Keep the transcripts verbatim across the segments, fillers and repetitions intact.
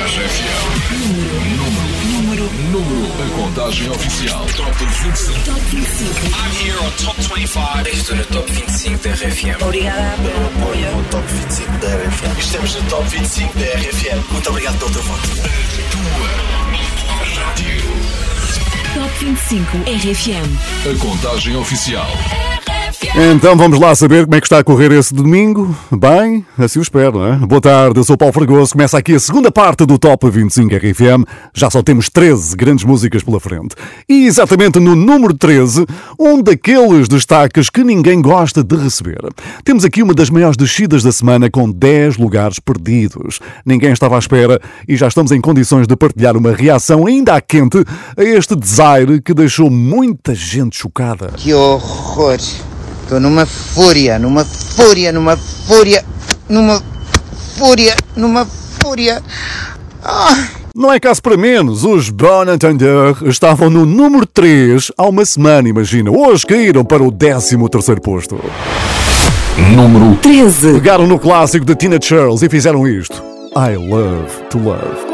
F M. Número, número, número. A contagem oficial. Top vinte e cinco. Top vinte e cinco. I'm here on Top vinte e cinco. Estou no Top vinte e cinco da R F M. Obrigada pelo apoio. No Top vinte e cinco da R F M. Estamos no Top vinte e cinco da R F M. Muito obrigado pelo teu voto. A tua rádio. Top vinte e cinco R F M. A contagem oficial. Então vamos lá saber como é que está a correr esse domingo. Bem, assim o espero, não é? Boa tarde, eu sou o Paulo Fragoso. Começa aqui a segunda parte do Top vinte e cinco R F M. Já só temos treze grandes músicas pela frente. E exatamente no número treze, um daqueles destaques que ninguém gosta de receber. Temos aqui uma das maiores descidas da semana com dez lugares perdidos. Ninguém estava à espera e já estamos em condições de partilhar uma reação ainda à quente a este Desire que deixou muita gente chocada. Que horror! Estou numa fúria, numa fúria, numa fúria, numa fúria, numa fúria. Ah. Não é caso para menos, os Bon Entendeur estavam no número três há uma semana, imagina. Hoje caíram para o décimo terceiro posto. Número treze. Pegaram no clássico de Tina Charles e fizeram isto. I Love to Love.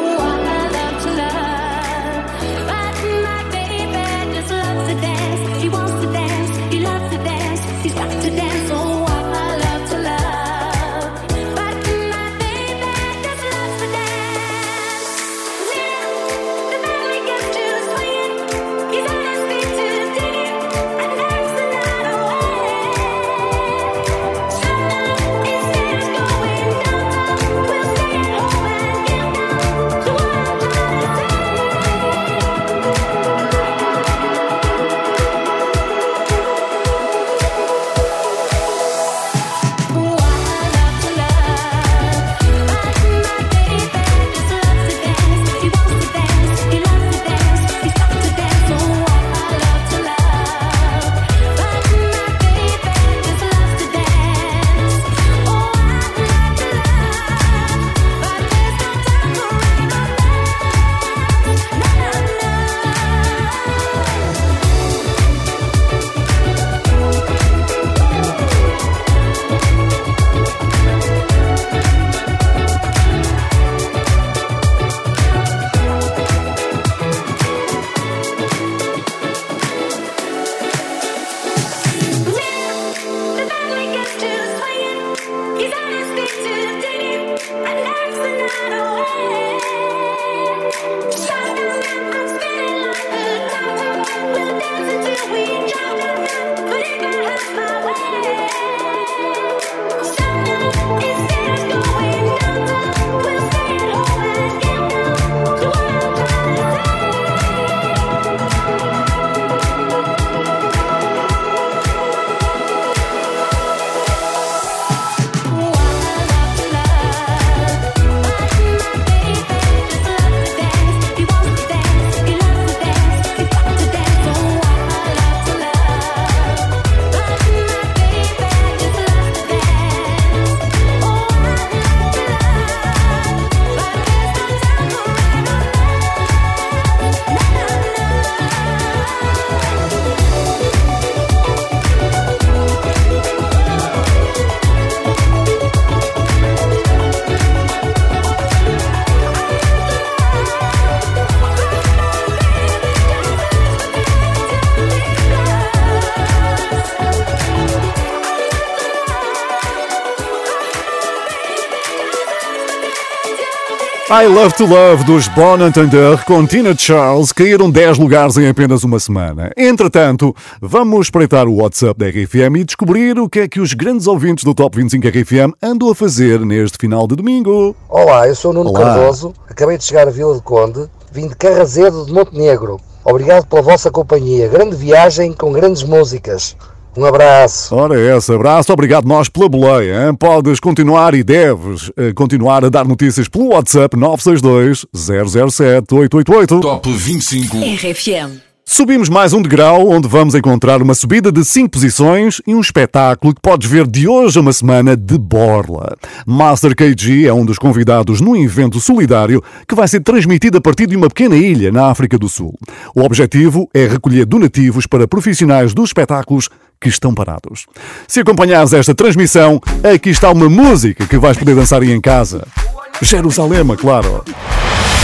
I Love to Love dos Bon Entendeur com Tina Charles caíram dez lugares em apenas uma semana. Entretanto, vamos espreitar o WhatsApp da R F M e descobrir o que é que os grandes ouvintes do Top vinte e cinco R F M andam a fazer neste final de domingo. Olá, eu sou o Nuno Olá. Cardoso, acabei de chegar a Vila do Conde, vim de Carrazedo de Montenegro. Obrigado pela vossa companhia, grande viagem com grandes músicas. Um abraço. Ora, esse abraço, obrigado nós pela boleia. Hein? Podes continuar e deves uh, continuar a dar notícias pelo WhatsApp nove seis dois, zero zero sete, oito oito oito. Top vinte e cinco R F M. Subimos mais um degrau, onde vamos encontrar uma subida de cinco posições e um espetáculo que podes ver de hoje a uma semana de borla. Master K G é um dos convidados num evento solidário que vai ser transmitido a partir de uma pequena ilha na África do Sul. O objetivo é recolher donativos para profissionais dos espetáculos que estão parados. Se acompanhares esta transmissão, aqui está uma música que vais poder dançar aí em casa. Jerusalema, claro.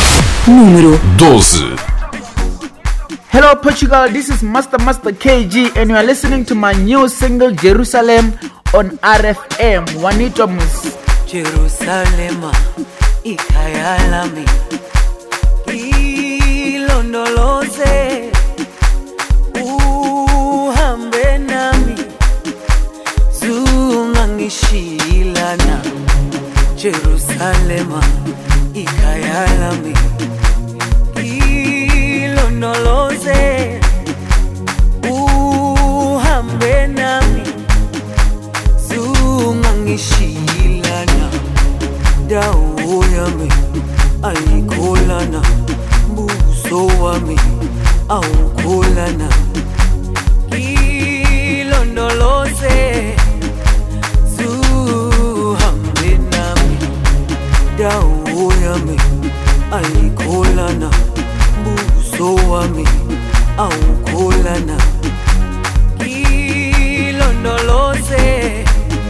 número doze. Hello Portugal, this is Master Master K G and you are listening to my new single Jerusalem on R F M. Juanito Mus. Jerusalema ikhaya lami ilondoloze uhambe nami zungangishilana Jerusalema ikhaya lami ilondoloze uhambe nami zungangishilana dawo yami ayikholana buso wami awukholana ilondoloze zuhambe nami dawo yami ayikholana buso wami awukholana ilondoloze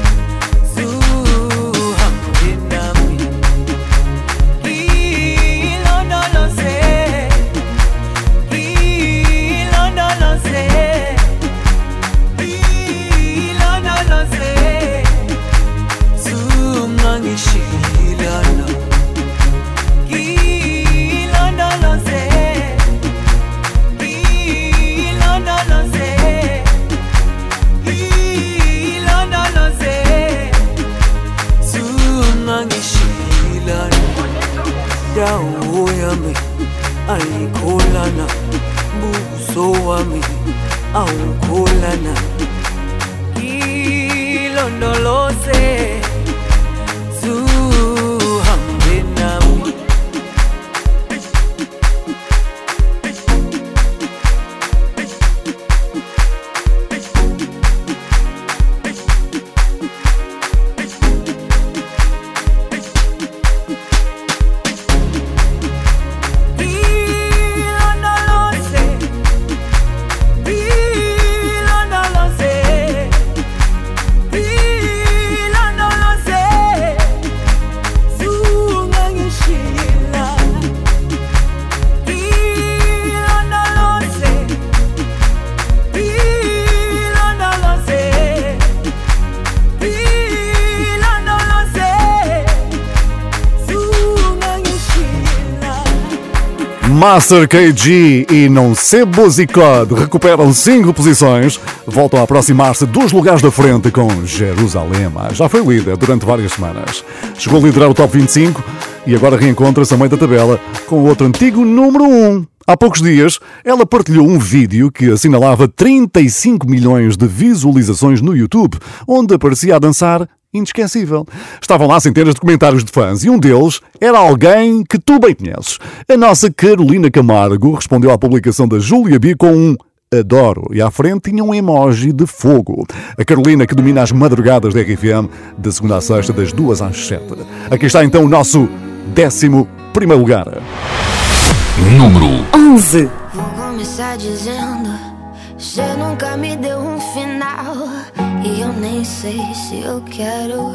dawo yami ayikholana buso wami awukholana ilondoloze zuhambe nami Master K G e Não Se Bozicode recuperam cinco posições, voltam a aproximar-se dos lugares da frente com Jerusalém. Já foi líder durante várias semanas. Chegou a liderar o Top vinte e cinco e agora reencontra-se a meio da tabela com outro antigo número um. Há poucos dias, ela partilhou um vídeo que assinalava trinta e cinco milhões de visualizações no YouTube, onde aparecia a dançar inesquecível. Estavam lá centenas de comentários de fãs e um deles era alguém que tu bem conheces. A nossa Carolina Camargo respondeu à publicação da Júlia B com um adoro e à frente tinha um emoji de fogo. A Carolina que domina as madrugadas da R F M da segunda à sexta das duas às sete. Aqui está então o nosso décimo primeiro lugar. Número onze. Vou começar dizendo, você nunca me deu um final e eu nem sei se eu quero.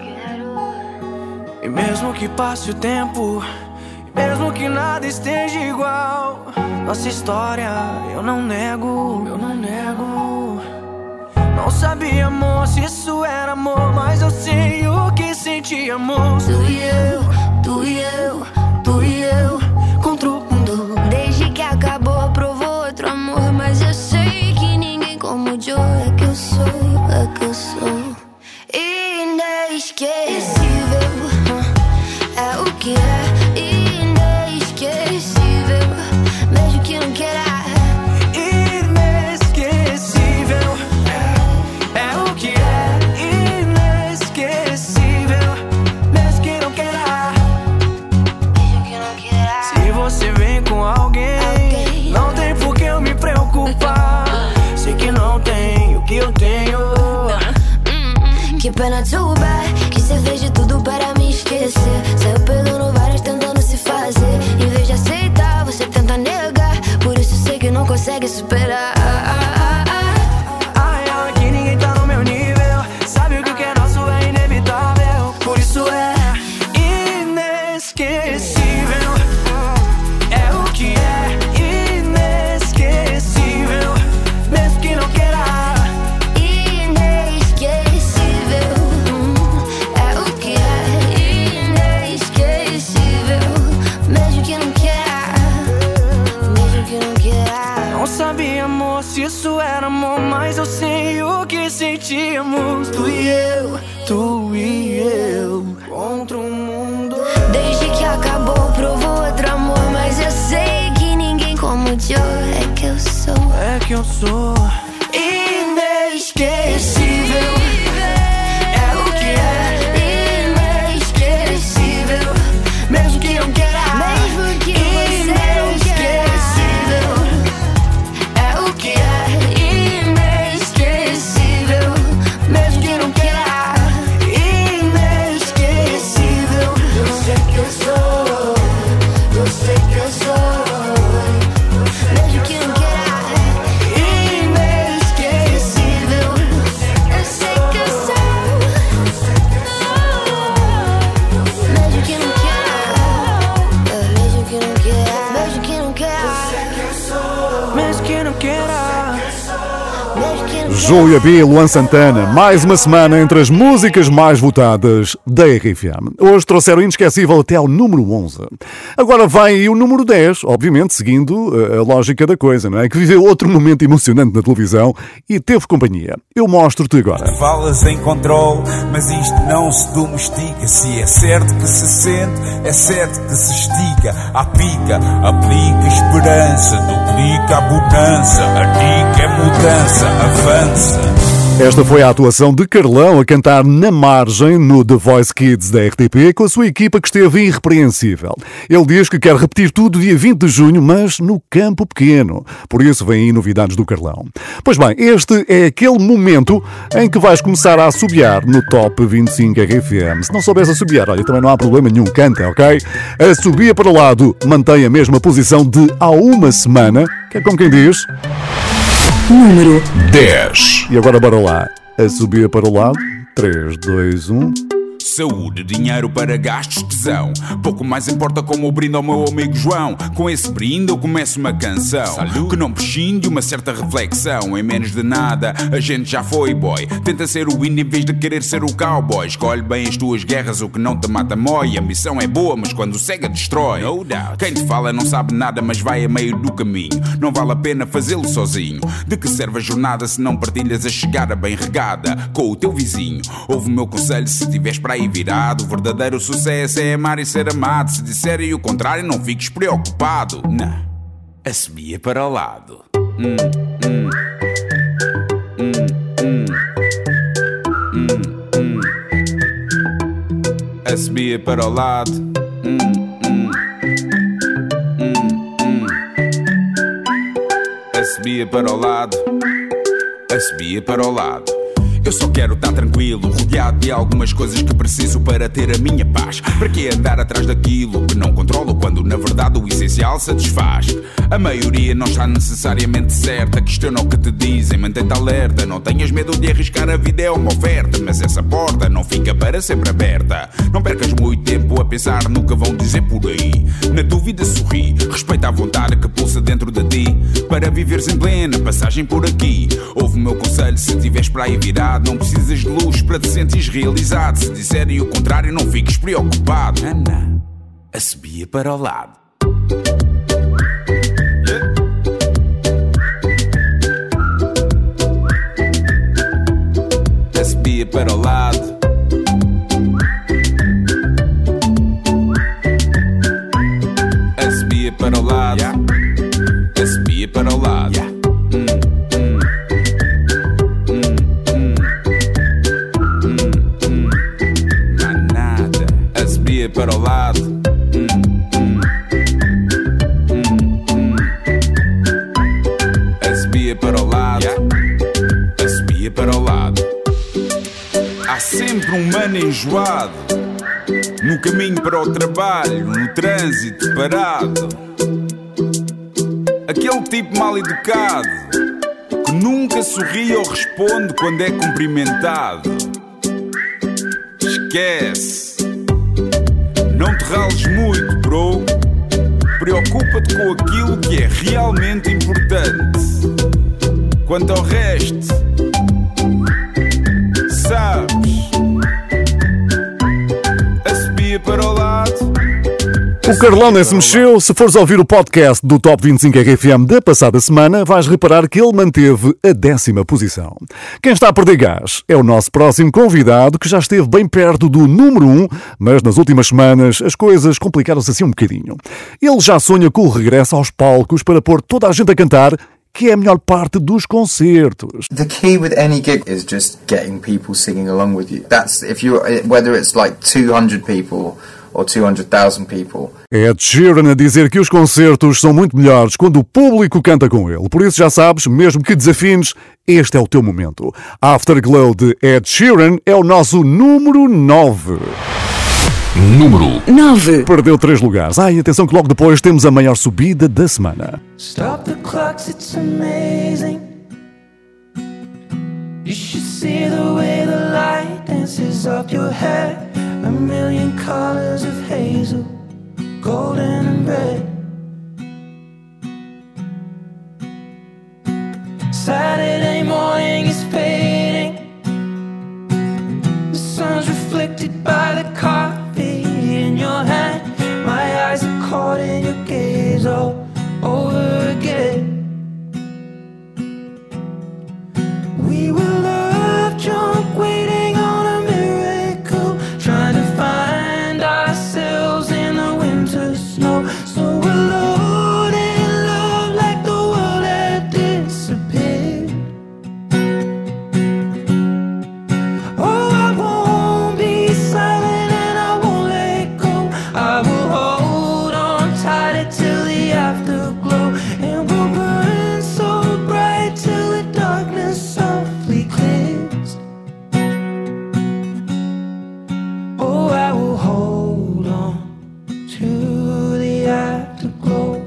E mesmo que passe o tempo, e mesmo que nada esteja igual, nossa história eu não nego, eu não nego. Não sabia, amor, se isso era amor, mas eu sei o que senti, amor. Tu e eu, tu e eu, tu e eu contra o mundo. Desde que acabou provou outro amor, mas eu sei que ninguém como o Joe. É que eu sou, é que eu sou inesquecível. É o que é inesquecível, mesmo que não queira. Inesquecível, é o que é inesquecível, mesmo que não queira. Mesmo que não queira. Se você vem com alguém, alguém, não tem por que eu me preocupar. Sei que não tem o que eu tenho. Que pena, too bad, que cê fez de tudo para me esquecer. Saiu pegando várias tentando se fazer. Em vez de aceitar, você tenta negar. Por isso sei que não consegue superar. A real é que ninguém tá no meu nível. Sabe que o que é nosso é inevitável. Por isso é inesquecível. tínhamos, tu e eu, tu e eu, contra o mundo. Desde que acabou, provou outro amor, mas eu sei que ninguém como o Joe. É que eu sou, é que eu sou inesquecível. É o que é inesquecível, mesmo que não queira. Mesmo que você não inesquecível. É o que é inesquecível, mesmo que não queira. Inesquecível. Eu sei que eu sou, eu sei que eu sou. Mesmo que não queira. Inesquecível. Eu sei que eu sou. Mesmo que não queira. Mesmo que não queira. Mesmo que não queira. Mesmo que não queira. Mesmo que não Júlia B, Luan Santana, mais uma semana entre as músicas mais votadas da R F M. Hoje trouxeram inesquecível até ao número onze. Agora vem aí o número dez, obviamente seguindo a lógica da coisa, não é? Que viveu outro momento emocionante na televisão e teve companhia. Eu mostro-te agora. Falas em controle, mas isto não se domestica. Se é certo que se sente, é certo que se estica. À pica, aplica esperança, duplica a bonança. A dica é mudança, avança. Esta foi a atuação de Carlão a cantar na margem no The Voice Kids da R T P com a sua equipa que esteve irrepreensível. Ele diz que quer repetir tudo dia vinte de junho, mas no campo pequeno. Por isso vem aí novidades do Carlão. Pois bem, este é aquele momento em que vais começar a assobiar no Top vinte e cinco R F M. Se não souberes assobiar, olha, também não há problema nenhum, canta, ok? Assobia para o lado, mantém a mesma posição de há uma semana, que é como quem diz... Número dez. E agora bora lá. A subir para o lado. três, dois, um. Saúde, dinheiro para gastos, tesão. Pouco mais importa como eu brindo ao meu amigo João. Com esse brinde eu começo uma canção. Saúde. Que não prescinde uma certa reflexão. Em menos de nada a gente já foi boy. Tenta ser o índio em vez de querer ser o cowboy. Escolhe bem as tuas guerras, o que não te mata mói. A missão é boa, mas quando cega destrói. No doubt. Quem te fala não sabe nada, mas vai a meio do caminho. Não vale a pena fazê-lo sozinho. De que serve a jornada se não partilhas a chegada bem regada com o teu vizinho? Ouve o meu conselho se tiveres para aí virado. O verdadeiro sucesso é amar e ser amado. Se disserem o contrário, não fiques preocupado. Não, assobia para o lado. Hum, hum. Hum, hum. Hum, hum. Assobia para o lado. Hum, hum. Hum, hum. Assobia para o lado. Assobia para o lado. Eu só quero estar tranquilo, rodeado de algumas coisas que preciso para ter a minha paz. Para que andar atrás daquilo que não controlo quando na verdade o essencial satisfaz? A maioria não está necessariamente certa. Questiona o que te dizem, mantém-te alerta. Não tenhas medo de arriscar, a vida é uma oferta. Mas essa porta não fica para sempre aberta. Não percas muito tempo a pensar no que vão dizer por aí. Na dúvida sorri, respeita a vontade que pulsa dentro de ti. Para viveres em plena passagem por aqui. Ouve o meu conselho se tiveres para aí virado. Não precisas de luz para te sentires realizado. Se disserem o contrário, não fiques preocupado. Ana, assobia para o lado. Yeah. Assobia para o lado. Assobia para o lado. Yeah. Assobia para o lado. Yeah. Para o lado. Hum, hum. Hum, hum. Assobia para o lado. Yeah. Assobia para o lado. Há sempre um mano enjoado no caminho para o trabalho, no trânsito parado. Aquele tipo mal educado que nunca sorri ou responde quando é cumprimentado. Esquece. Não te rales muito, bro. Preocupa-te com aquilo que é realmente importante. Quanto ao resto, sabes, assobia para o lado, O Carlão nem se mexeu. Se fores ouvir o podcast do Top vinte e cinco R F M da passada semana, vais reparar que ele manteve a décima posição. Quem está a perder gás é o nosso próximo convidado, que já esteve bem perto do número um, mas nas últimas semanas as coisas complicaram-se assim um bocadinho. Ele já sonha com o regresso aos palcos para pôr toda a gente a cantar, que é a melhor parte dos concertos. The key with any gig is just getting people singing along with you. That's if you whether it's like two hundred people or two hundred thousand people. É Ed Sheeran a dizer que os concertos são muito melhores quando o público canta com ele. Por isso já sabes, mesmo que desafines, este é o teu momento. Afterglow de Ed Sheeran é o nosso número nove. Número nove. Perdeu três lugares. Ah, e atenção que logo depois temos a maior subida da semana. Stop the clocks, it's amazing. You should see the way the light dances up your hair. A million colors of hazel, golden and red. Saturday morning is fading. The sun's reflected by the coffee in your hand. My eyes are caught in your gaze all over again. We were love drunk, waiting on a miracle, trying to find ourselves in the winter snow. So alone in love, like the world had disappeared. Oh, I won't be silent and I won't let go. I will hold on tight till the afterglow, and we'll burn so bright till the darkness softly clears. Oh, I will hold on to the afterglow.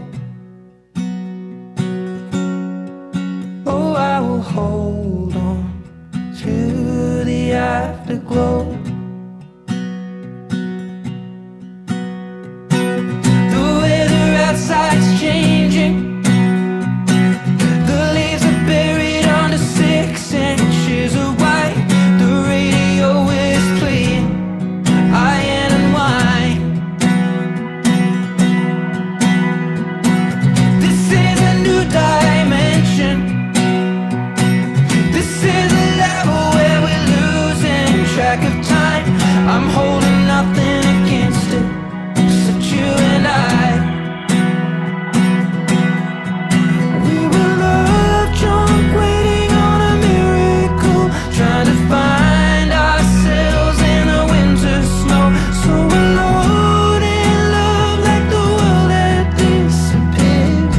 Oh, I will hold on to the afterglow. The weather outside's changing. The leaves are buried under six inches of white. The radio is playing iron and wine. This is a new dimension. This is a level where we're losing track of time. I'm holding nothing against it, except you and I. We were love drunk, waiting on a miracle, trying to find ourselves in the winter snow. So alone in love, like the world had disappeared.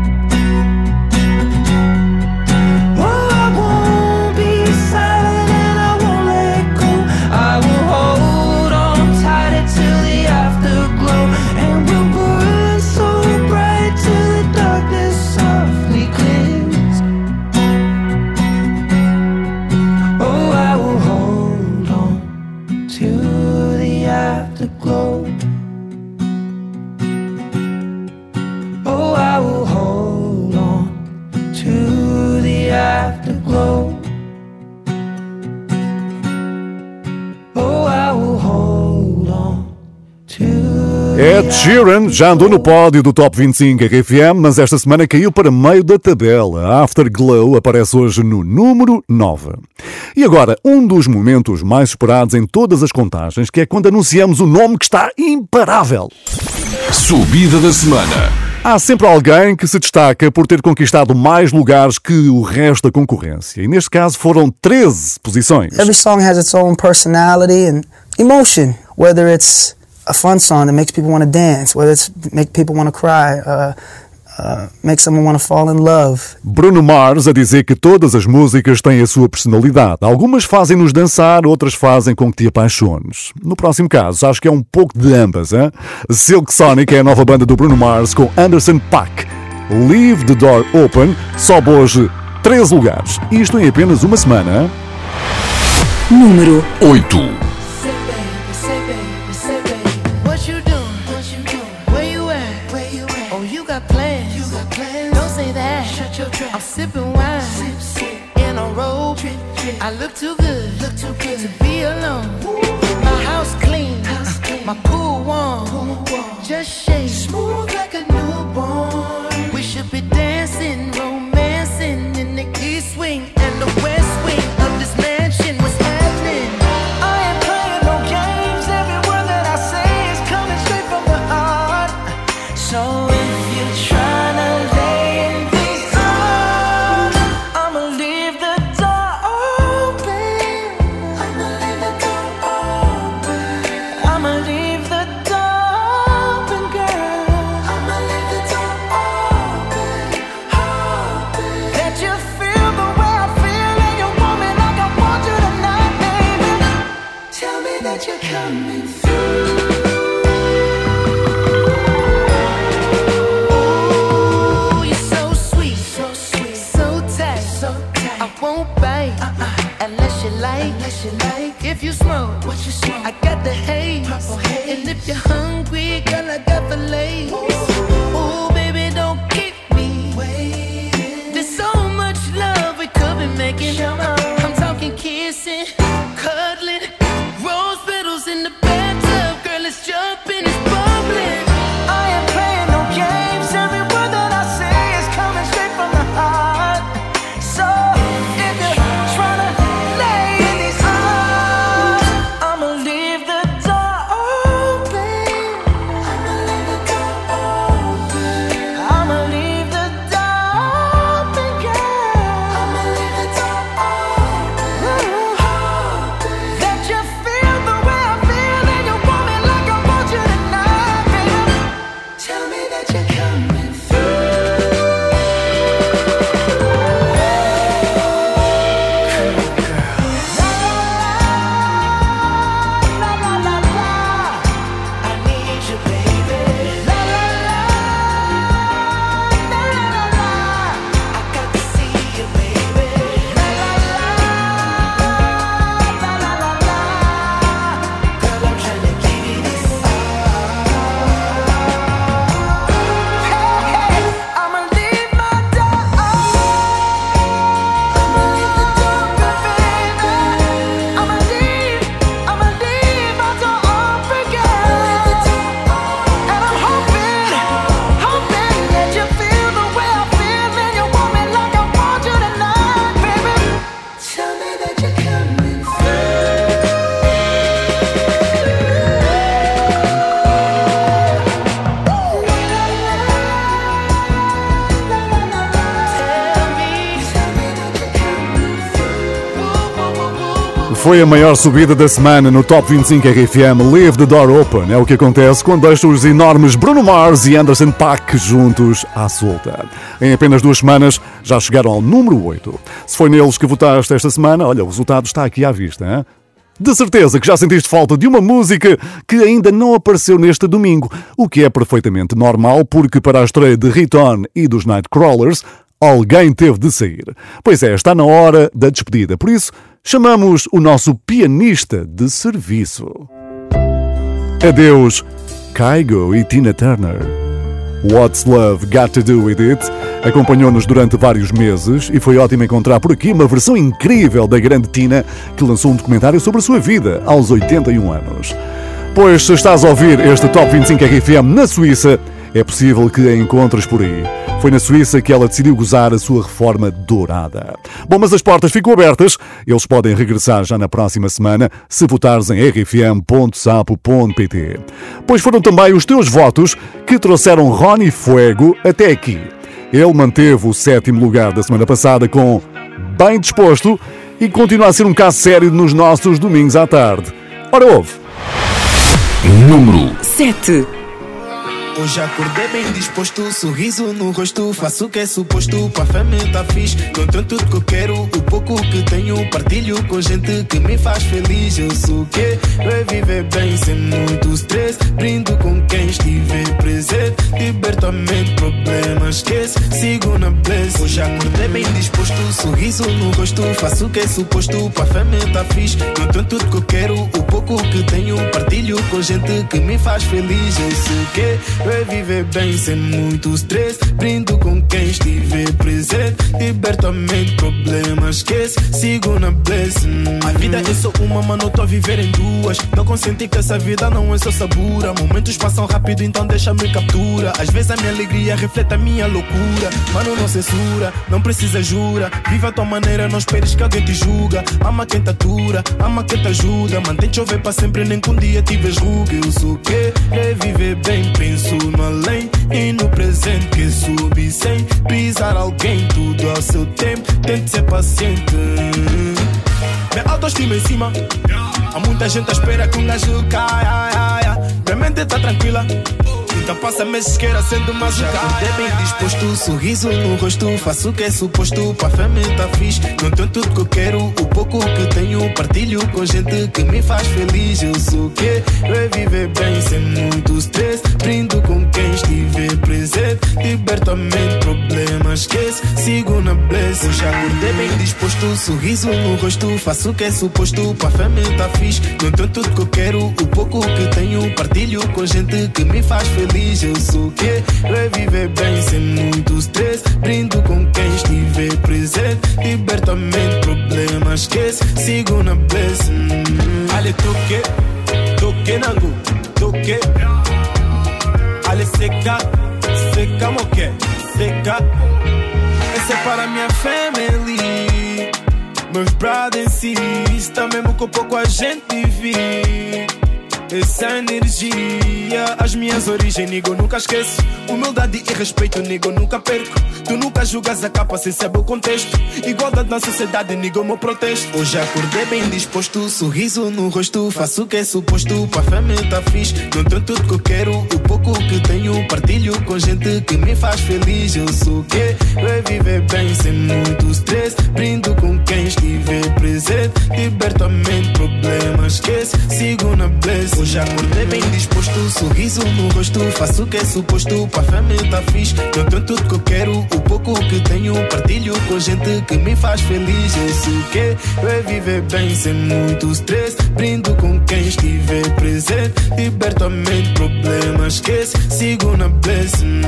Oh, I won't be silent and I won't let go. I will hold on tight till the afterglow, and we'll burn so bright till the darkness softly clears. Oh, I will hold on to the afterglow. Oh, I will hold on to the afterglow. Oh, I will hold on to Ed Sheeran já andou no pódio do Top vinte e cinco R F M, mas esta semana caiu para meio da tabela. Afterglow aparece hoje no número nove. E agora, um dos momentos mais esperados em todas as contagens, que é quando anunciamos o nome que está imparável. Subida da semana. Há sempre alguém que se destaca por ter conquistado mais lugares que o resto da concorrência. E neste caso foram treze posições. Every song has its own personality and emotion, whether it's a fun song that makes people want to dance, whether it's make people want to cry, uh, uh, make someone want to fall in love. Bruno Mars a dizer que todas as músicas têm a sua personalidade. Algumas fazem-nos dançar, outras fazem com que te apaixones. No próximo caso, acho que é um pouco de ambas, hein? Silk Sonic é a nova banda do Bruno Mars com Anderson .Paak. Leave the Door Open sobe hoje treze lugares. Isto em apenas uma semana, hein? Número oito. I'm sipping wine sip, sip. In a robe. Trip, trip. I look too good, look too good to be alone. Ooh. My house clean, house clean. My pool warm. Pool warm. just shake. Smooth like a newborn. We should be dancing, romancing in the east wing and the west wing of this mansion. What's happening? I ain't playing no games. Every word that I say is coming straight from the heart. So if you're trying to lay in these arms, I'ma leave the door open. I'ma leave the door open. I'ma leave the door open, girl. I'ma leave the door open, open. Let you feel the way I feel, and you want me like I want you tonight, baby. Tell me that you're coming through. Ooh, you're so sweet, so sweet, so tight, so tight. I won't bite uh-uh. unless you like, unless you like. If you smoke, what you smoke? I got the haze. Purple haze. And if you're hungry, girl, I got the lace. Ooh, baby, don't keep me waiting. There's so much love we could be making. I'm talking kissing, cuddling, rose petals in the bathtub. Girl, it's jumping, it's bubbling. I ain't playing no games. Every word that I say is coming straight from the heart. So if you're trying to lay in these arms, I'ma leave the door open. I'ma leave the door open. I'ma leave the door open, girl. I'ma leave the door open, open. Let you feel the way I feel, and you want me like I want you tonight, baby. Tell me that you're coming Foi a maior subida da semana no Top vinte e cinco R F M. Leave the Door Open. É o que acontece quando deixa os enormes Bruno Mars e Anderson .Paak juntos à solta. Em apenas duas semanas já chegaram ao número oito. Se foi neles que votaste esta semana, olha, o resultado está aqui à vista, hein? De certeza que já sentiste falta de uma música que ainda não apareceu neste domingo, o que é perfeitamente normal porque para a estreia de Riton e dos Nightcrawlers alguém teve de sair. Pois é, está na hora da despedida, por isso chamamos o nosso pianista de serviço. Adeus, Kygo e Tina Turner. What's Love Got to Do With It? Acompanhou-nos durante vários meses e foi ótimo encontrar por aqui uma versão incrível da grande Tina, que lançou um documentário sobre a sua vida aos oitenta e um anos. Pois se estás a ouvir este Top vinte e cinco R F M na Suíça, é possível que a encontres por aí. Foi na Suíça que ela decidiu gozar a sua reforma dourada. Bom, mas as portas ficam abertas. Eles podem regressar já na próxima semana se votares em r f m ponto sapo ponto p t. Pois foram também os teus votos que trouxeram Rony Fuego até aqui. Ele manteve o sétimo lugar da semana passada com Bem Disposto e continua a ser um caso sério nos nossos domingos à tarde. Ora, ouve. Número sete. Hoje acordei bem disposto, sorriso no rosto, faço o que é suposto, para a fama tá fixe, não tenho tudo que eu quero, o pouco que tenho partilho com gente que me faz feliz, eu sou o que é viver bem sem muito stress, brindo com quem estiver presente, liberta a mente, problemas esquece, sigo na bless. Hoje acordei bem disposto, sorriso sorriso no rosto. Faço o que é suposto, pra fama tá fixe. Não tenho tudo que eu quero, o pouco que tenho partilho com gente que me faz feliz. Eu sei que é viver bem sem muito stress. Brindo com quem estiver presente. Liberto a mente, problemas esquece. Sigo na blessing. A vida é só uma, mano, tô a viver em duas. Não consenti que essa vida não é só sabura. Momentos passam rápido, então deixa-me captura. Às vezes a minha alegria reflete a minha loucura. Mano, não censura, não precisa jura. Viva a tua maneira, não esperes que alguém te julga. Ama quem te atura, ama quem te ajuda. Mantém chover para sempre, nem que um dia tiveres ruga. Eu sou o que é viver bem, penso no além e no presente que subi sem pisar alguém. Tudo ao seu tempo, tente ser paciente. Minha autoestima em cima. Há muita gente à espera que um gajo caia. Minha mente tá tranquila. Então passa meses queira sendo mais um cara. Já bem disposto, sorriso no rosto. Faço o que é suposto, pra fama tá fixe. Não tenho tudo que eu quero, o pouco que tenho partilho com gente que me faz feliz. Eu sou o que é viver bem sem muito stress. Brindo com quem estiver presente. Liberto a mente, problemas esquece. Sigo na bless. Já acordei bem disposto, sorriso no rosto. Faço o que é suposto, pra fama tá fixe. Não tenho tudo que eu quero, o pouco que tenho partilho com gente que me faz feliz. Eu sou o que é viver bem sem muito stress. Brindo com quem estiver presente. Liberto a mente, problemas esquece. Sigo na blessing. Ale toque, toque nangu, toque. Ale seca, seca moque, seca. Essa é para minha family. Meus brothers e sisters, mesmo com pouco a gente vive. Essa energia, as minhas origens, nego, nunca esqueço. Humildade e respeito, nego, nunca perco. Tu nunca julgas a capa sem saber o contexto. Igualdade na sociedade, nego, meu protesto. Hoje acordei bem disposto, sorriso no rosto. Faço o que é suposto, pra fama tá fixe. Não tenho tudo que eu quero, o pouco que tenho partilho com gente que me faz feliz. Eu sou o que é viver bem sem muito stress. Brindo com quem estiver presente. Liberto a mente, problemas esquece. Sigo na bless. Hoje acordei bem disposto, sorriso no rosto. Faço o que é suposto, pra fama tá fixe. Não tenho tudo que eu quero, o pouco que tenho partilho com gente que me faz feliz. Eu sei o que é viver bem sem muito stress. Brindo com quem estiver presente. Liberto a mente, problemas esquece. Sigo na blessing.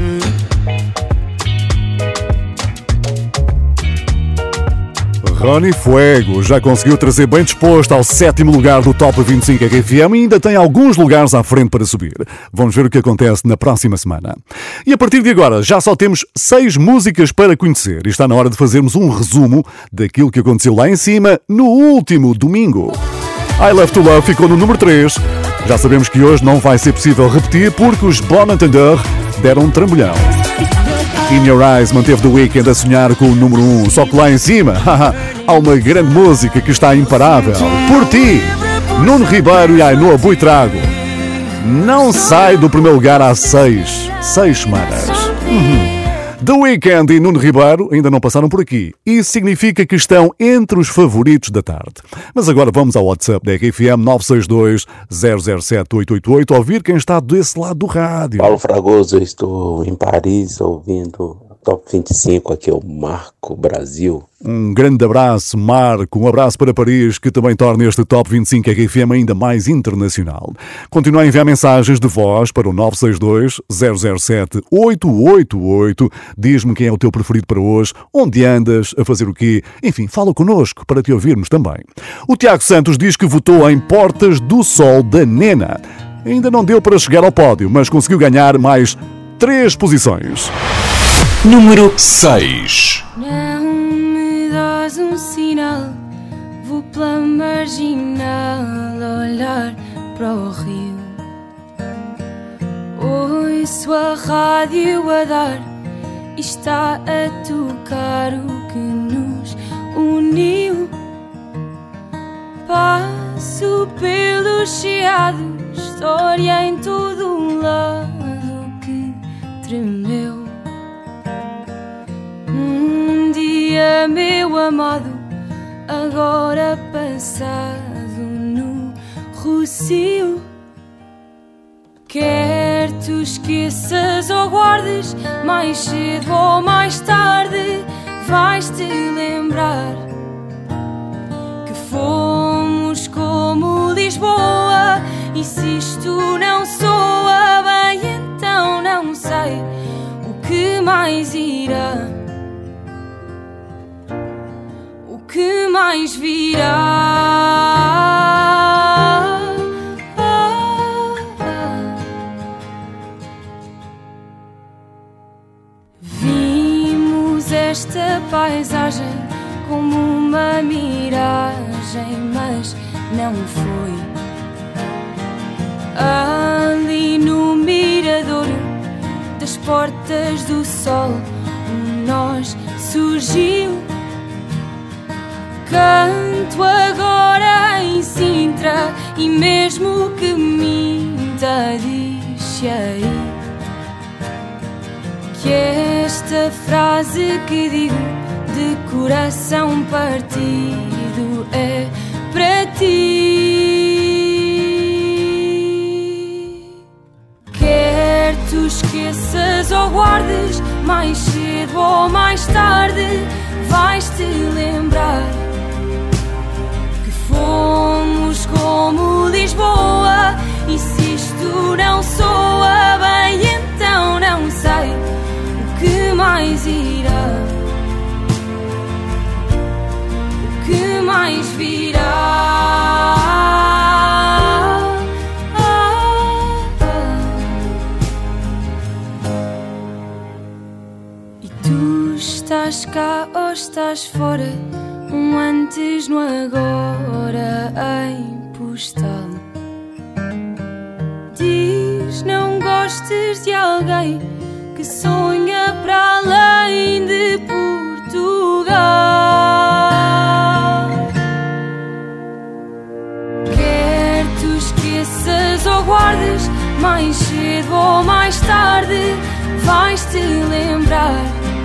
Rony Fuego já conseguiu trazer bem disposto ao sétimo lugar do Top vinte e cinco R F M e ainda tem alguns lugares à frente para subir. Vamos ver o que acontece na próxima semana. E a partir de agora já só temos seis músicas para conhecer e está na hora de fazermos um resumo daquilo que aconteceu lá em cima no último domingo. I Love to Love ficou no número três. Já sabemos que hoje não vai ser possível repetir porque os Bon Entendeur deram um trambolhão. In Your Eyes manteve The Weeknd a sonhar com o número um, só que lá em cima há uma grande música que está imparável. Por Ti, Nuno Ribeiro e Ainhoa Buitrago. Não sai do primeiro lugar há seis, seis semanas. Uhum. The Weeknd e Nuno Ribeiro ainda não passaram por aqui. Isso significa que estão entre os favoritos da tarde. Mas agora vamos ao WhatsApp da R F M nove seis dois, zero zero sete, oito oito oito ouvir quem está desse lado do rádio. Paulo Fragoso, eu estou em Paris ouvindo Top vinte e cinco, aqui é o Marco Brasil. Um grande abraço, Marco, um abraço para Paris, que também torna este Top vinte e cinco R F M ainda mais internacional. Continua a enviar mensagens de voz para o nove seis dois, zero zero sete, oito oito oito. Diz-me quem é o teu preferido para hoje, onde andas, a fazer o quê. Enfim, fala connosco para te ouvirmos também. O Tiago Santos diz que votou em Portas do Sol da Nena. Ainda não deu para chegar ao pódio, mas conseguiu ganhar mais três posições. Número seis. Não me dás um sinal, vou pela marginal olhar para o rio. Ouço a rádio a dar e está a tocar o que nos uniu. Passo pelos chiados, história em todo um lado que tremeu. Um dia, meu amado, agora passado no Rocio. Quer tu esqueças ou guardes, mais cedo ou mais tarde vais-te lembrar que fomos como Lisboa. E se isto não soa bem, então não sei o que mais irá, o que mais virá. Vimos esta paisagem como uma miragem, mas não foi. Ali no miradouro das portas do sol, um nós surgiu. Canto agora em Sintra e mesmo que minta, diz aí que esta frase que digo de coração partido é para ti. Quer tu esqueças ou guardes, mais cedo ou mais tarde vais-te lembrar que fomos como Lisboa. E se isto não soa bem, então não sei o que mais irá, o que mais virá. Estás cá ou estás fora, um antes no agora em postal. Diz não gostes de alguém que sonha para além de Portugal. Quer tu esqueças ou guardes, mais cedo ou mais tarde vais-te lembrar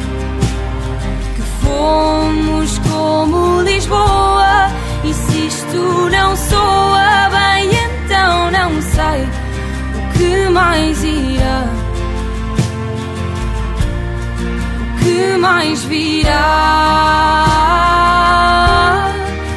fomos como Lisboa. E se isto não soa bem, então não sei o que mais irá, o que mais virá.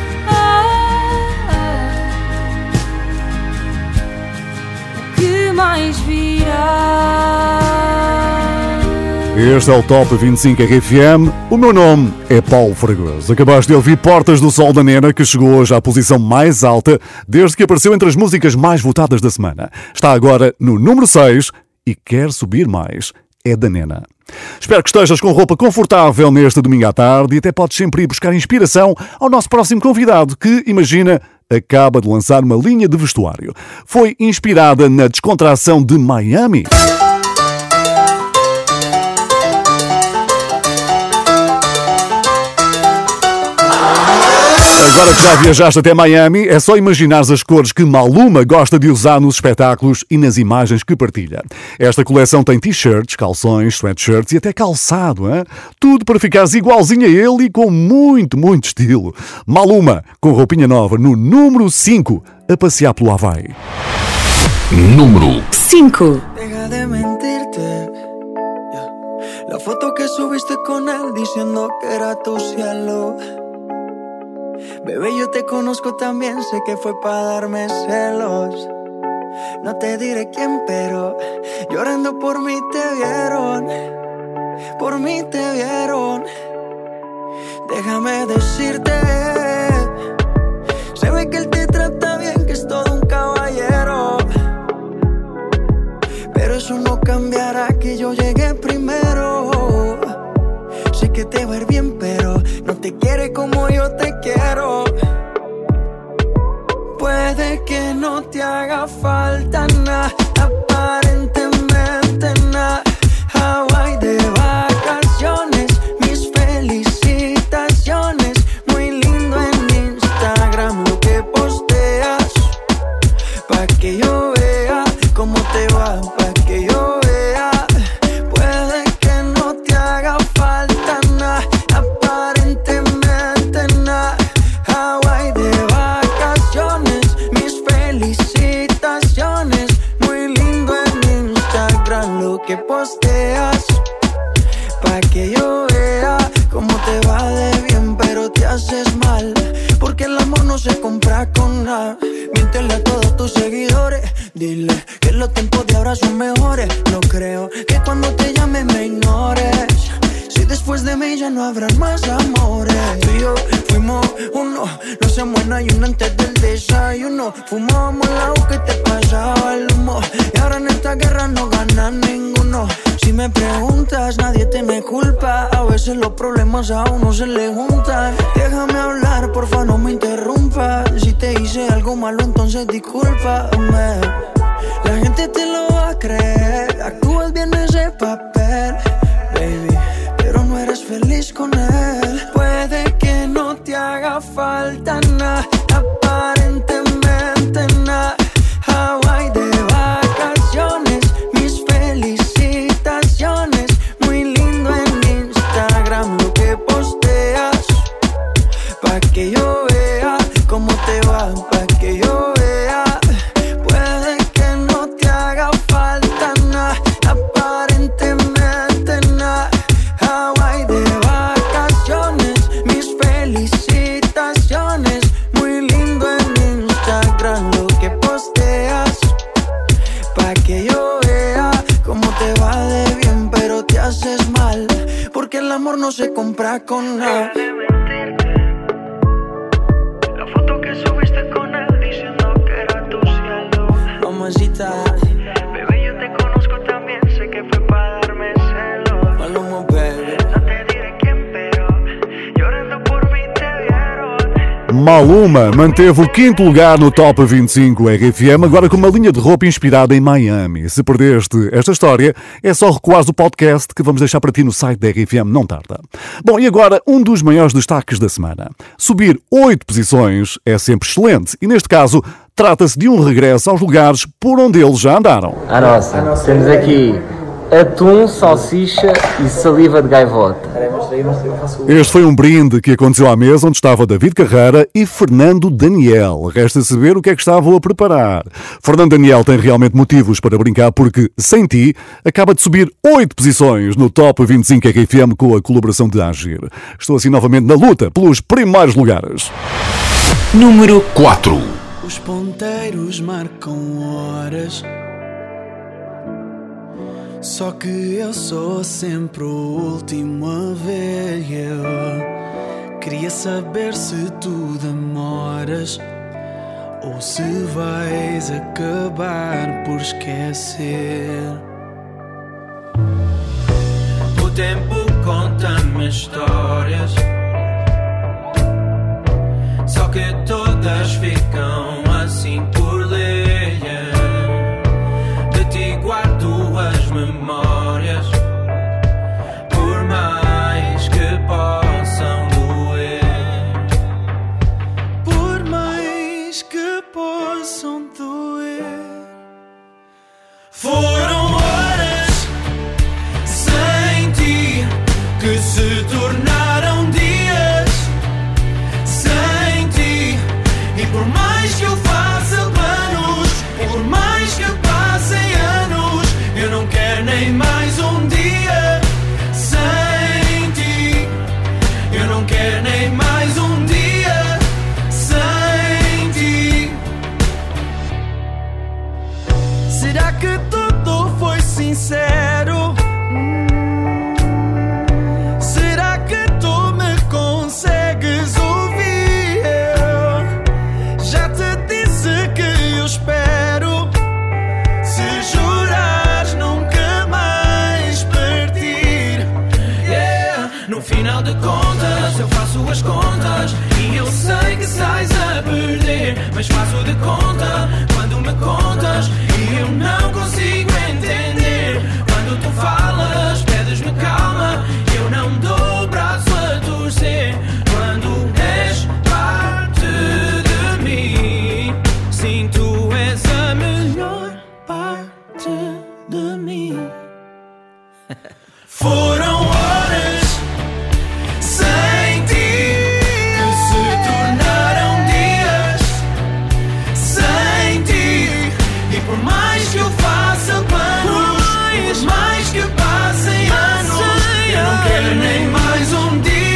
O que mais virá. Este é o Top vinte e cinco R F M. O meu nome é Paulo Fragoso. Acabaste de ouvir Portas do Sol da Nena, que chegou hoje à posição mais alta desde que apareceu entre as músicas mais votadas da semana. Está agora no número seis e quer subir mais. É da Nena. Espero que estejas com roupa confortável neste domingo à tarde e até podes sempre ir buscar inspiração ao nosso próximo convidado, que, imagina, acaba de lançar uma linha de vestuário. Foi inspirada na descontração de Miami. Agora que já viajaste até Miami, é só imaginares as cores que Maluma gosta de usar nos espetáculos e nas imagens que partilha. Esta coleção tem t-shirts, calções, sweatshirts e até calçado, hein? Tudo para ficares igualzinho a ele e com muito, muito estilo. Maluma, com roupinha nova, no número cinco, a passear pelo Havaí. Número cinco. Deja de mentirte. La foto que subiste con él diciendo que era tu cielo. Bebé, yo te conozco también, sé que fue para darme celos. No te diré quién, pero llorando por mí te vieron. Por mí te vieron. Déjame decirte, se ve que él te trata bien, que es todo un caballero. Pero eso no cambiará que yo llegué primero. Sé que te va a ir bien, pero no te quiere como yo te quiero. Puede que no te haga falta nada, aparentemente nada. Hawaii de vacaciones, mis felicitaciones. Muy lindo en Instagram lo que posteas, pa' que yo vea cómo te va, pa' que yo vea. Puede que no te haga falta nada, aparentemente nada. Hawaii de vacaciones, mis felicitaciones. Muy lindo en Instagram lo que posteas, pa' que yo vea cómo te va de bien, pero te haces mal, porque el amor no se compra con nada. Miéntele a todos tus seguidores, dile que los tiempos de ahora son mejores. No creo que cuando te llame me ignores, si después de mí ya no habrán más amores. Tú y yo fuimos uno, no se muera y uno antes del desayuno. Fumábamos el agua que te pasaba el humo, y ahora en esta guerra no gana ninguno. Si me preguntas, nadie te me culpa, a veces los problemas a uno se le juntan. Déjame hablar, porfa, no me interrumpas. Si te hice algo malo, entonces discúlpame. La gente te lo va a creer, actúas bien ese papel, baby, pero no eres feliz con él. Puede que no te haga falta nada, aparentemente nada. Hawaii de vacaciones, mis felicitaciones. Muy lindo en Instagram lo que posteas, pa' que yo vea cómo te va, pa' que yo vea. Puede que no te haga falta nada, aparentemente nada. Hawaii de vacaciones, mis felicitaciones. Muy lindo en Instagram lo que posteas, pa' que yo vea cómo te va de bien, pero te haces mal, porque el amor no se compra con nada. La foto que subiste con él diciendo que era tu cielo. Mamacita, bebé, yo te conozco también, sé que fue para darme celos. Maluma, baby. No te diré quién, pero llorando por mí te vieron. Maluma manteve o quinto lugar no Top vinte e cinco R F M, agora com uma linha de roupa inspirada em Miami. Se perdeste esta história, é só recuares o podcast que vamos deixar para ti no site da R F M, não tarda. Bom, e agora um dos maiores destaques da semana. Subir oito posições é sempre excelente, e neste caso trata-se de um regresso aos lugares por onde eles já andaram. A nossa, temos aqui atum, salsicha e saliva de gaivota. Este foi um brinde que aconteceu à mesa onde estava David Carreira e Fernando Daniel. Resta saber o que é que estavam a preparar. Fernando Daniel tem realmente motivos para brincar porque, sem ti, acaba de subir oito posições no Top vinte e cinco R F M com a colaboração de Agir. Estou assim novamente na luta pelos primeiros lugares. Número quatro. Os ponteiros marcam horas, só que eu sou sempre o último a ver. Eu queria saber se tu demoras ou se vais acabar por esquecer. O tempo conta-me histórias, só que todas ficam assim por ler. De ti guardo as memórias, por mais que possam doer. Por mais que possam doer. Foram horas sem ti que se tornaram dias sem ti. E por mais que eu faça planos, e por mais que passem anos, eu não quero nem mais um dia sem ti. Eu não quero nem mais um dia sem ti. Será que tudo foi sincero? Será que tu me consegues ouvir? Eu já te disse que eu espero. Se jurares nunca mais partir. Yeah. No final de contas eu faço as contas e eu sei que sais a perder, mas faço de conta quando me contas e eu não consigo entender. Quando tu falas, pedes-me calma, eu não dou o braço a torcer. Quando és parte de mim, sim, tu és a melhor parte de mim. Foram horas sem ti que se tornaram dias sem ti. E por mais que eu faça planos, por mais que passem anos, eu não quero nem mais um dia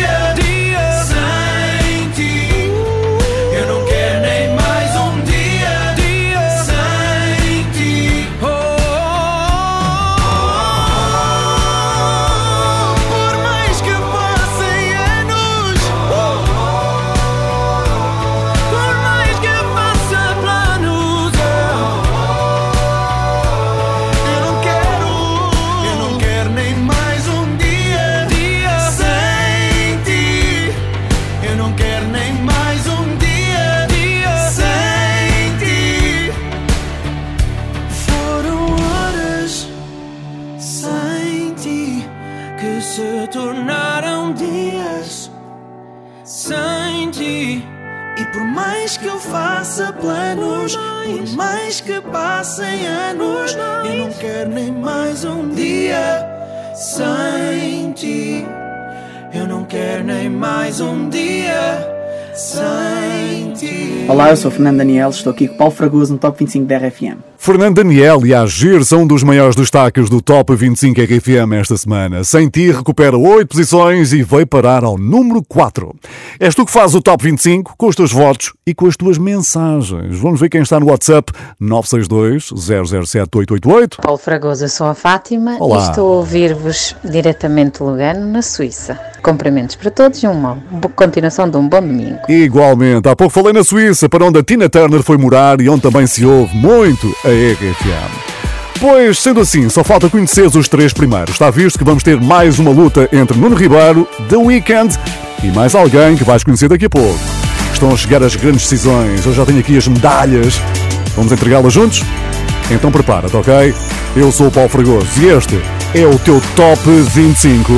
se tornaram dias sem ti. E por mais que eu faça planos, por mais que passem anos, eu não quero nem mais um dia sem ti. Eu não quero nem mais um dia sem ti. Olá, eu sou o Fernando Daniel, estou aqui com o Paulo Fragoso no Top vinte e cinco da R F M. Fernando Daniel e Agir são um dos maiores destaques do Top vinte e cinco R F M esta semana. Sem Ti recupera oito posições e veio parar ao número quatro. És tu que fazes o Top vinte e cinco com os teus votos e com as tuas mensagens. Vamos ver quem está no WhatsApp nove seis dois, zero zero sete, oito oito oito. Paulo Fragoso, eu sou a Fátima. Olá. E estou a ouvir-vos diretamente de Lugano, na Suíça. Cumprimentos para todos e uma continuação de um bom domingo. Igualmente, há pouco falei na Suíça, para onde a Tina Turner foi morar e onde também se ouve muito a R F M. Pois, sendo assim, só falta conhecer os três primeiros. Está visto que vamos ter mais uma luta entre Nuno Ribeiro, The Weeknd e mais alguém que vais conhecer daqui a pouco. Estão a chegar as grandes decisões. Eu já tenho aqui as medalhas. Vamos entregá-las juntos? Então prepara-te, ok? Eu sou o Paulo Fragoso e este é o teu Top vinte e cinco.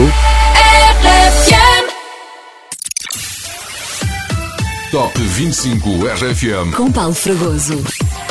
Top vinte e cinco R F M com Paulo Fragoso.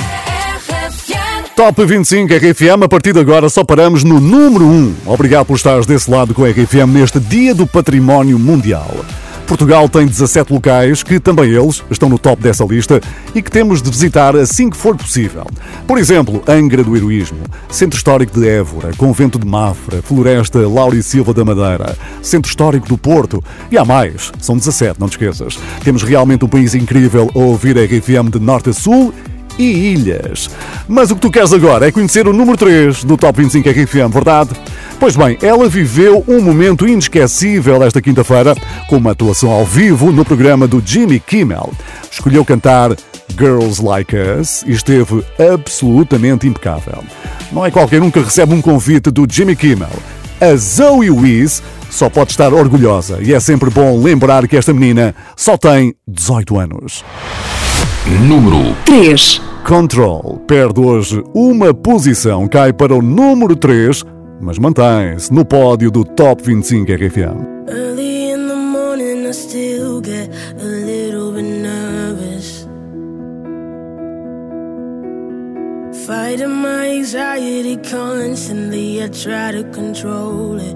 Top vinte e cinco R F M, a partir de agora só paramos no número um. Obrigado por estares desse lado com a R F M neste Dia do Património Mundial. Portugal tem dezassete locais que também eles estão no top dessa lista e que temos de visitar assim que for possível. Por exemplo, Angra do Heroísmo, Centro Histórico de Évora, Convento de Mafra, Floresta Lauro Silva da Madeira, Centro Histórico do Porto e há mais, são dezassete, não te esqueças. Temos realmente um país incrível a ouvir a R F M de norte a sul e ilhas. Mas o que tu queres agora é conhecer o número três do Top vinte e cinco R F M, verdade? Pois bem, ela viveu um momento inesquecível esta quinta-feira com uma atuação ao vivo no programa do Jimmy Kimmel. Escolheu cantar Girls Like Us e esteve absolutamente impecável. Não é qualquer um que recebe um convite do Jimmy Kimmel. A Zoe Wiz só pode estar orgulhosa e é sempre bom lembrar que esta menina só tem dezoito anos. Número três. Control perde hoje uma posição, cai para o número três, mas mantém-se no pódio do Top vinte e cinco R F M. Early in the morning I still get a little bit nervous, fighting my anxiety constantly, I try to control it.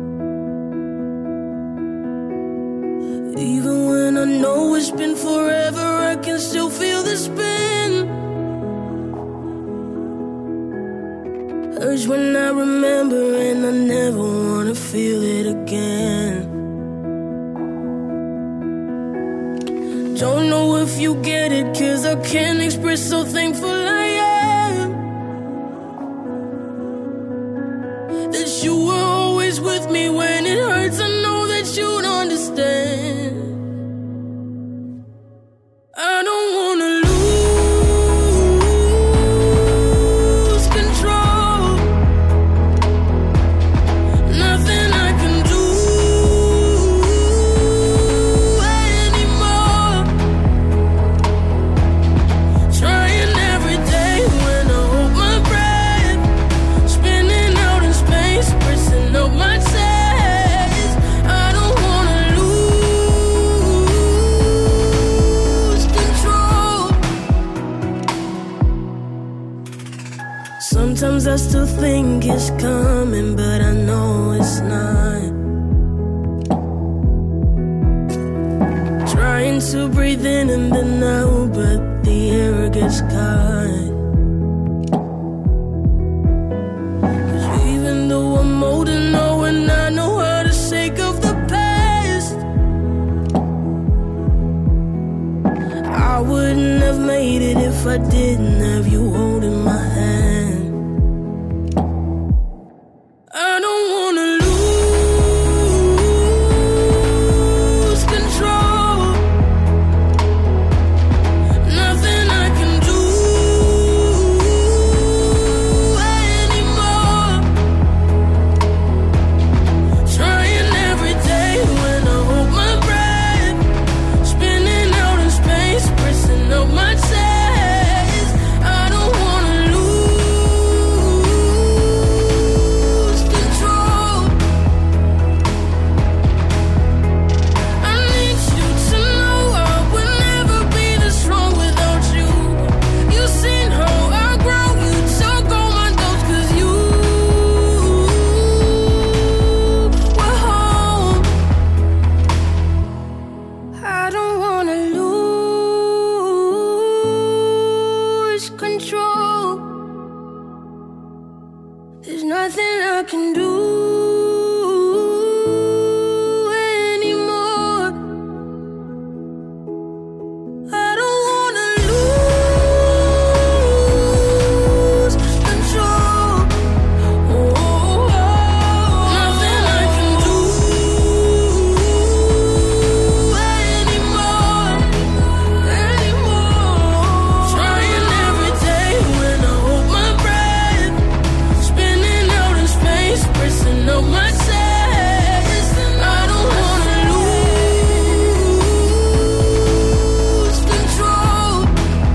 Even when I know it's been forever, I can still feel the spin. Urge when I remember and I never wanna feel it again. Don't know if you get it, cause I can't express how thankful I am that you were always with me when it hurts. I know that you'd understand. I don't wanna lose control. Nothing I can do anymore. Trying every day when I hold my breath, spinning out in space, pressing up my chest. I don't wanna lose control. Sometimes I still think it's coming, but I know it's not. Trying to breathe in and then out, but the air gets caught. 'Cause even though I'm old and know and I know how to shake off the past, I wouldn't have made it if I didn't have you holding my hand. I don't wanna lose control. Nothing I can do anymore. Trying every day when I hold my breath, spinning out in space, pressing up my chest.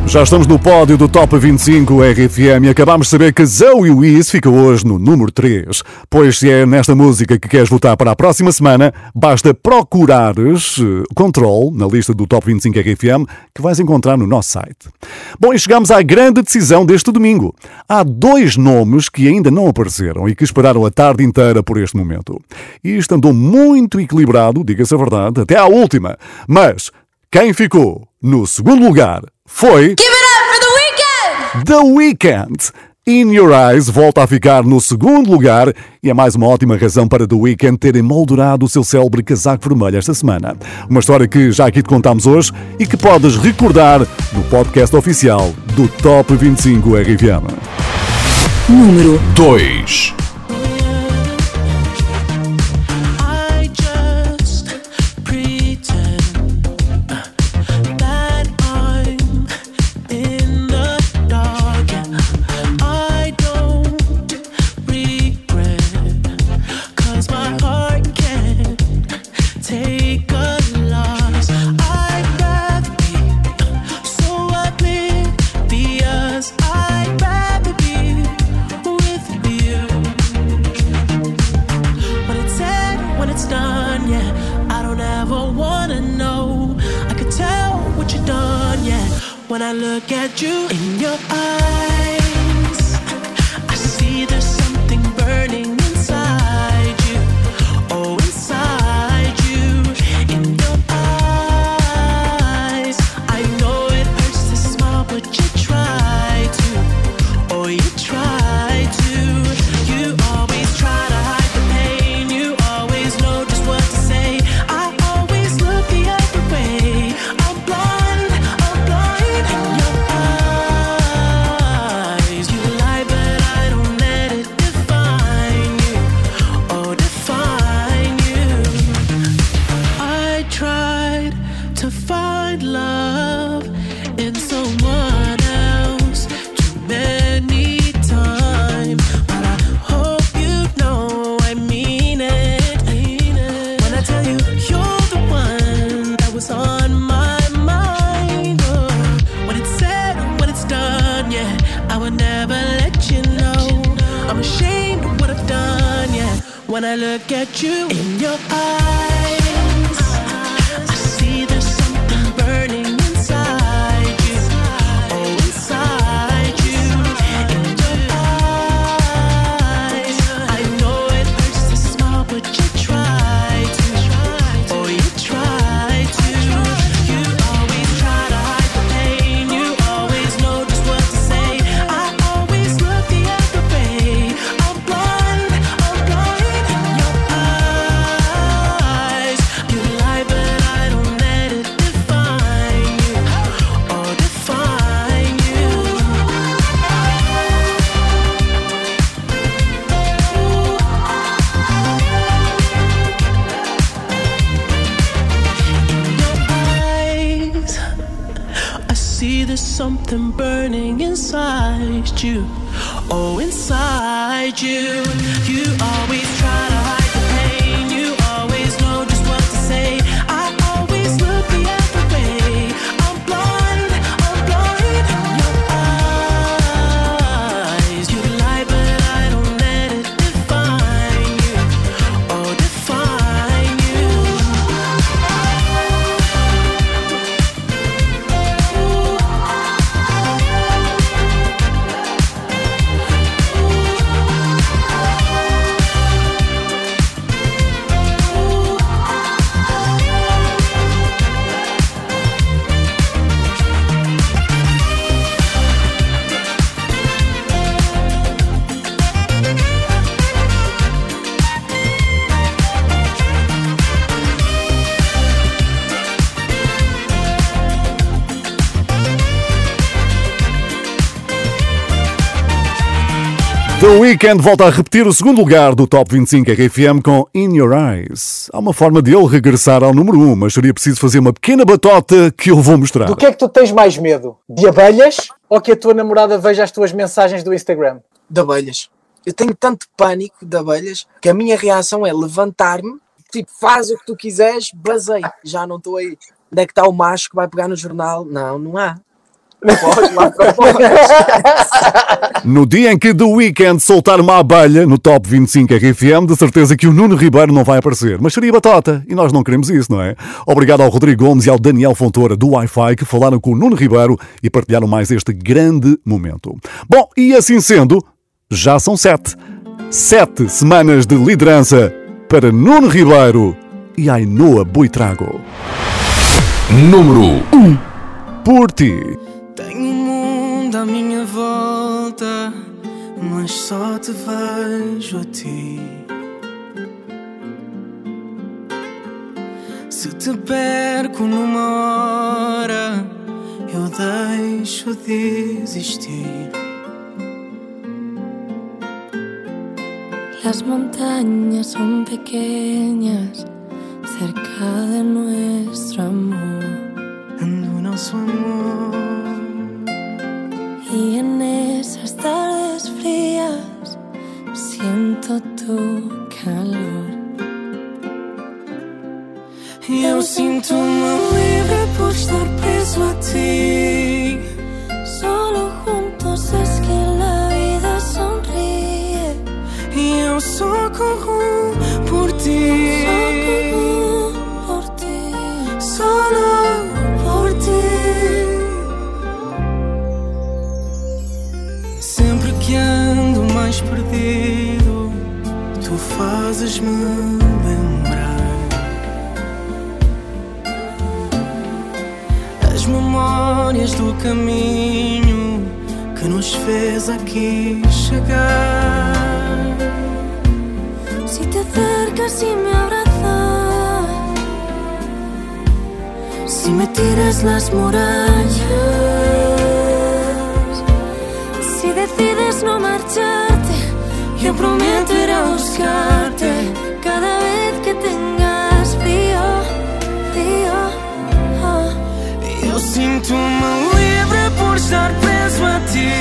Já estamos no pódio do Top vinte e cinco R F M e acabámos de saber que Zoe Wiz fica hoje no número três. Pois se é nesta música que queres votar para a próxima semana, basta procurares Control na lista do Top vinte e cinco R F M que vais encontrar no nosso site. Bom, e chegamos à grande decisão deste domingo. Há dois nomes que ainda não apareceram e que esperaram a tarde inteira por este momento. E isto andou muito equilibrado, diga-se a verdade, até à última. Mas quem ficou no segundo lugar foi... Give it up for The Weeknd! The Weeknd! In Your Eyes volta a ficar no segundo lugar e é mais uma ótima razão para The Weeknd ter emoldurado o seu célebre casaco vermelho esta semana. Uma história que já aqui te contamos hoje e que podes recordar no podcast oficial do Top vinte e cinco R F M. Número dois. When I look at you in your eyes, I see there's something burning inside you. Oh, inside you, in your eyes. I know it hurts to smile, but you try to. Oh, you try to. You always try to hide the pain. You always know just what to say. I always look the other way. I'm blind, I'm blind. When I look at you in your eyes, I see there's something burning inside you. Oh, inside you, in your eyes. I know it hurts to smile, but you try to. Oh, you try to. You always try to hide the pain. You always know just what to say. I always look the other way. I'm blind, I'm blind. There's something burning inside you. Oh, inside you. You always try to hide the pain. You always know just what to say. I always look the other way. I'm blind, I'm blind. In your eyes, you lie, but I don't let it define you. Oh, define you. The Weeknd volta a repetir o segundo lugar do Top vinte e cinco R F M com In Your Eyes. Há uma forma de ele regressar ao número um, mas seria preciso fazer uma pequena batota que eu vou mostrar. Do que é que tu tens mais medo? De abelhas ou que a tua namorada veja as tuas mensagens do Instagram? De abelhas. Eu tenho tanto pânico de abelhas que a minha reação é levantar-me, tipo, faz o que tu quiseres, basei, já não estou aí. Onde é que está o macho que vai pegar no jornal? Não, não há. No dia em que The Weeknd soltar uma abelha no Top vinte e cinco R F M, de certeza que o Nuno Ribeiro não vai aparecer. Mas seria batota, e nós não queremos isso, não é? Obrigado ao Rodrigo Gomes e ao Daniel Fontoura do Wi-Fi, que falaram com o Nuno Ribeiro e partilharam mais este grande momento. Bom, e assim sendo, já são sete. Sete semanas de liderança para Nuno Ribeiro e Ainhoa Buitrago. Número um. Por ti. Tenho um mundo à minha volta, mas só te vejo a ti. Se te perco numa hora, eu deixo de existir. Las montañas son pequeñas cerca de nuestro amor, do nosso amor. Y en esas tardes frías siento tu calor. Eu sinto-me livre por estar preso a ti. Solo juntos es que la vida sonríe. E eu só corro por ti. Só corro por ti. Solo por ti. Sempre que ando mais perdido, tu fazes-me lembrar as memórias do caminho que nos fez aqui chegar. Si te acercas y me abrazas, si me tiras las murallas, si decides no marcharte, yo prometo ir a buscarte cada vez que tengas frío, frío. Oh. Eu sinto-me livre por estar preso a ti.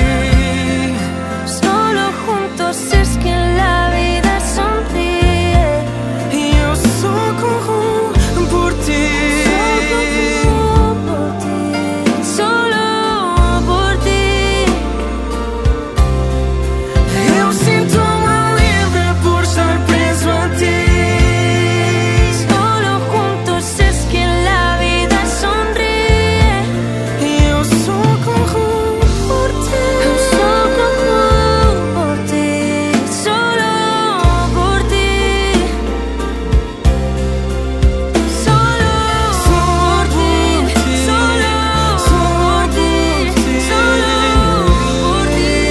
Solo juntos es que la vida sonríe. E eu só corro por ti. Solo por ti. Solo por ti. Eu sinto-me livre por estar preso a ti. Solo juntos es que la vida sonríe. E eu só corro por ti. Eu só corro por ti. Solo por ti. Solo por ti. Solo por ti. Solo por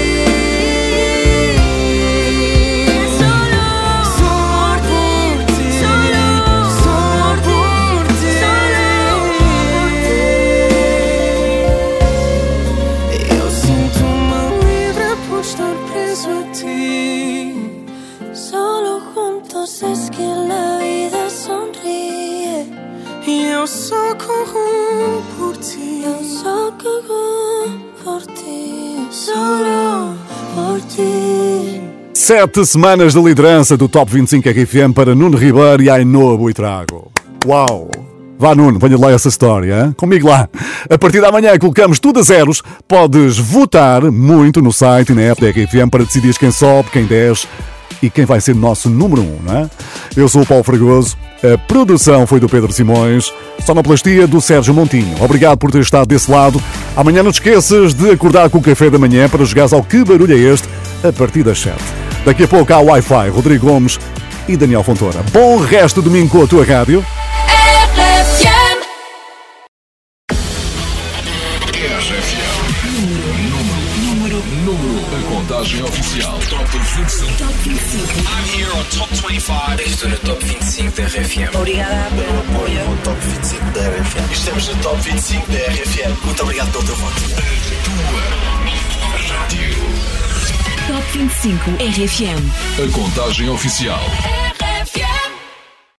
ti. Solo Só por ti. Só por ti. Eu sinto-me livre por estar preso a ti. Solo juntos es que la vida sonríe. E eu só corro por ti. Eu só corro por ti. Solo por ti. Sete semanas de liderança do Top vinte e cinco R F M para Nuno Ribeiro e Ainhoa Buitrago. Uau! Vá, Nuno, venha lá essa história, hein? Comigo lá. A partir da manhã colocamos tudo a zeros. Podes votar muito no site e na app da R F M para decidir quem sobe, quem desce e quem vai ser nosso número um, não é? Eu sou o Paulo Fragoso. A produção foi do Pedro Simões, sonoplastia do Sérgio Montinho. Obrigado por ter estado desse lado. Amanhã não te esqueças de acordar com o café da manhã para jogares ao Que Barulho é Este a partir das sete. Daqui a pouco há o Wi-Fi, Rodrigo Gomes e Daniel Fontoura. Bom resto de domingo com a tua rádio. Contagem oficial Top vinte e cinco. Top vinte e cinco. I'm here on Top vinte e cinco. Estou no Top vinte e cinco da R F M. Obrigada pelo apoio ao Top vinte e cinco da R F M. Estamos no Top vinte e cinco da R F M. Muito obrigado pelo teu voto. A tua rádio. Top vinte e cinco R F M. A contagem oficial.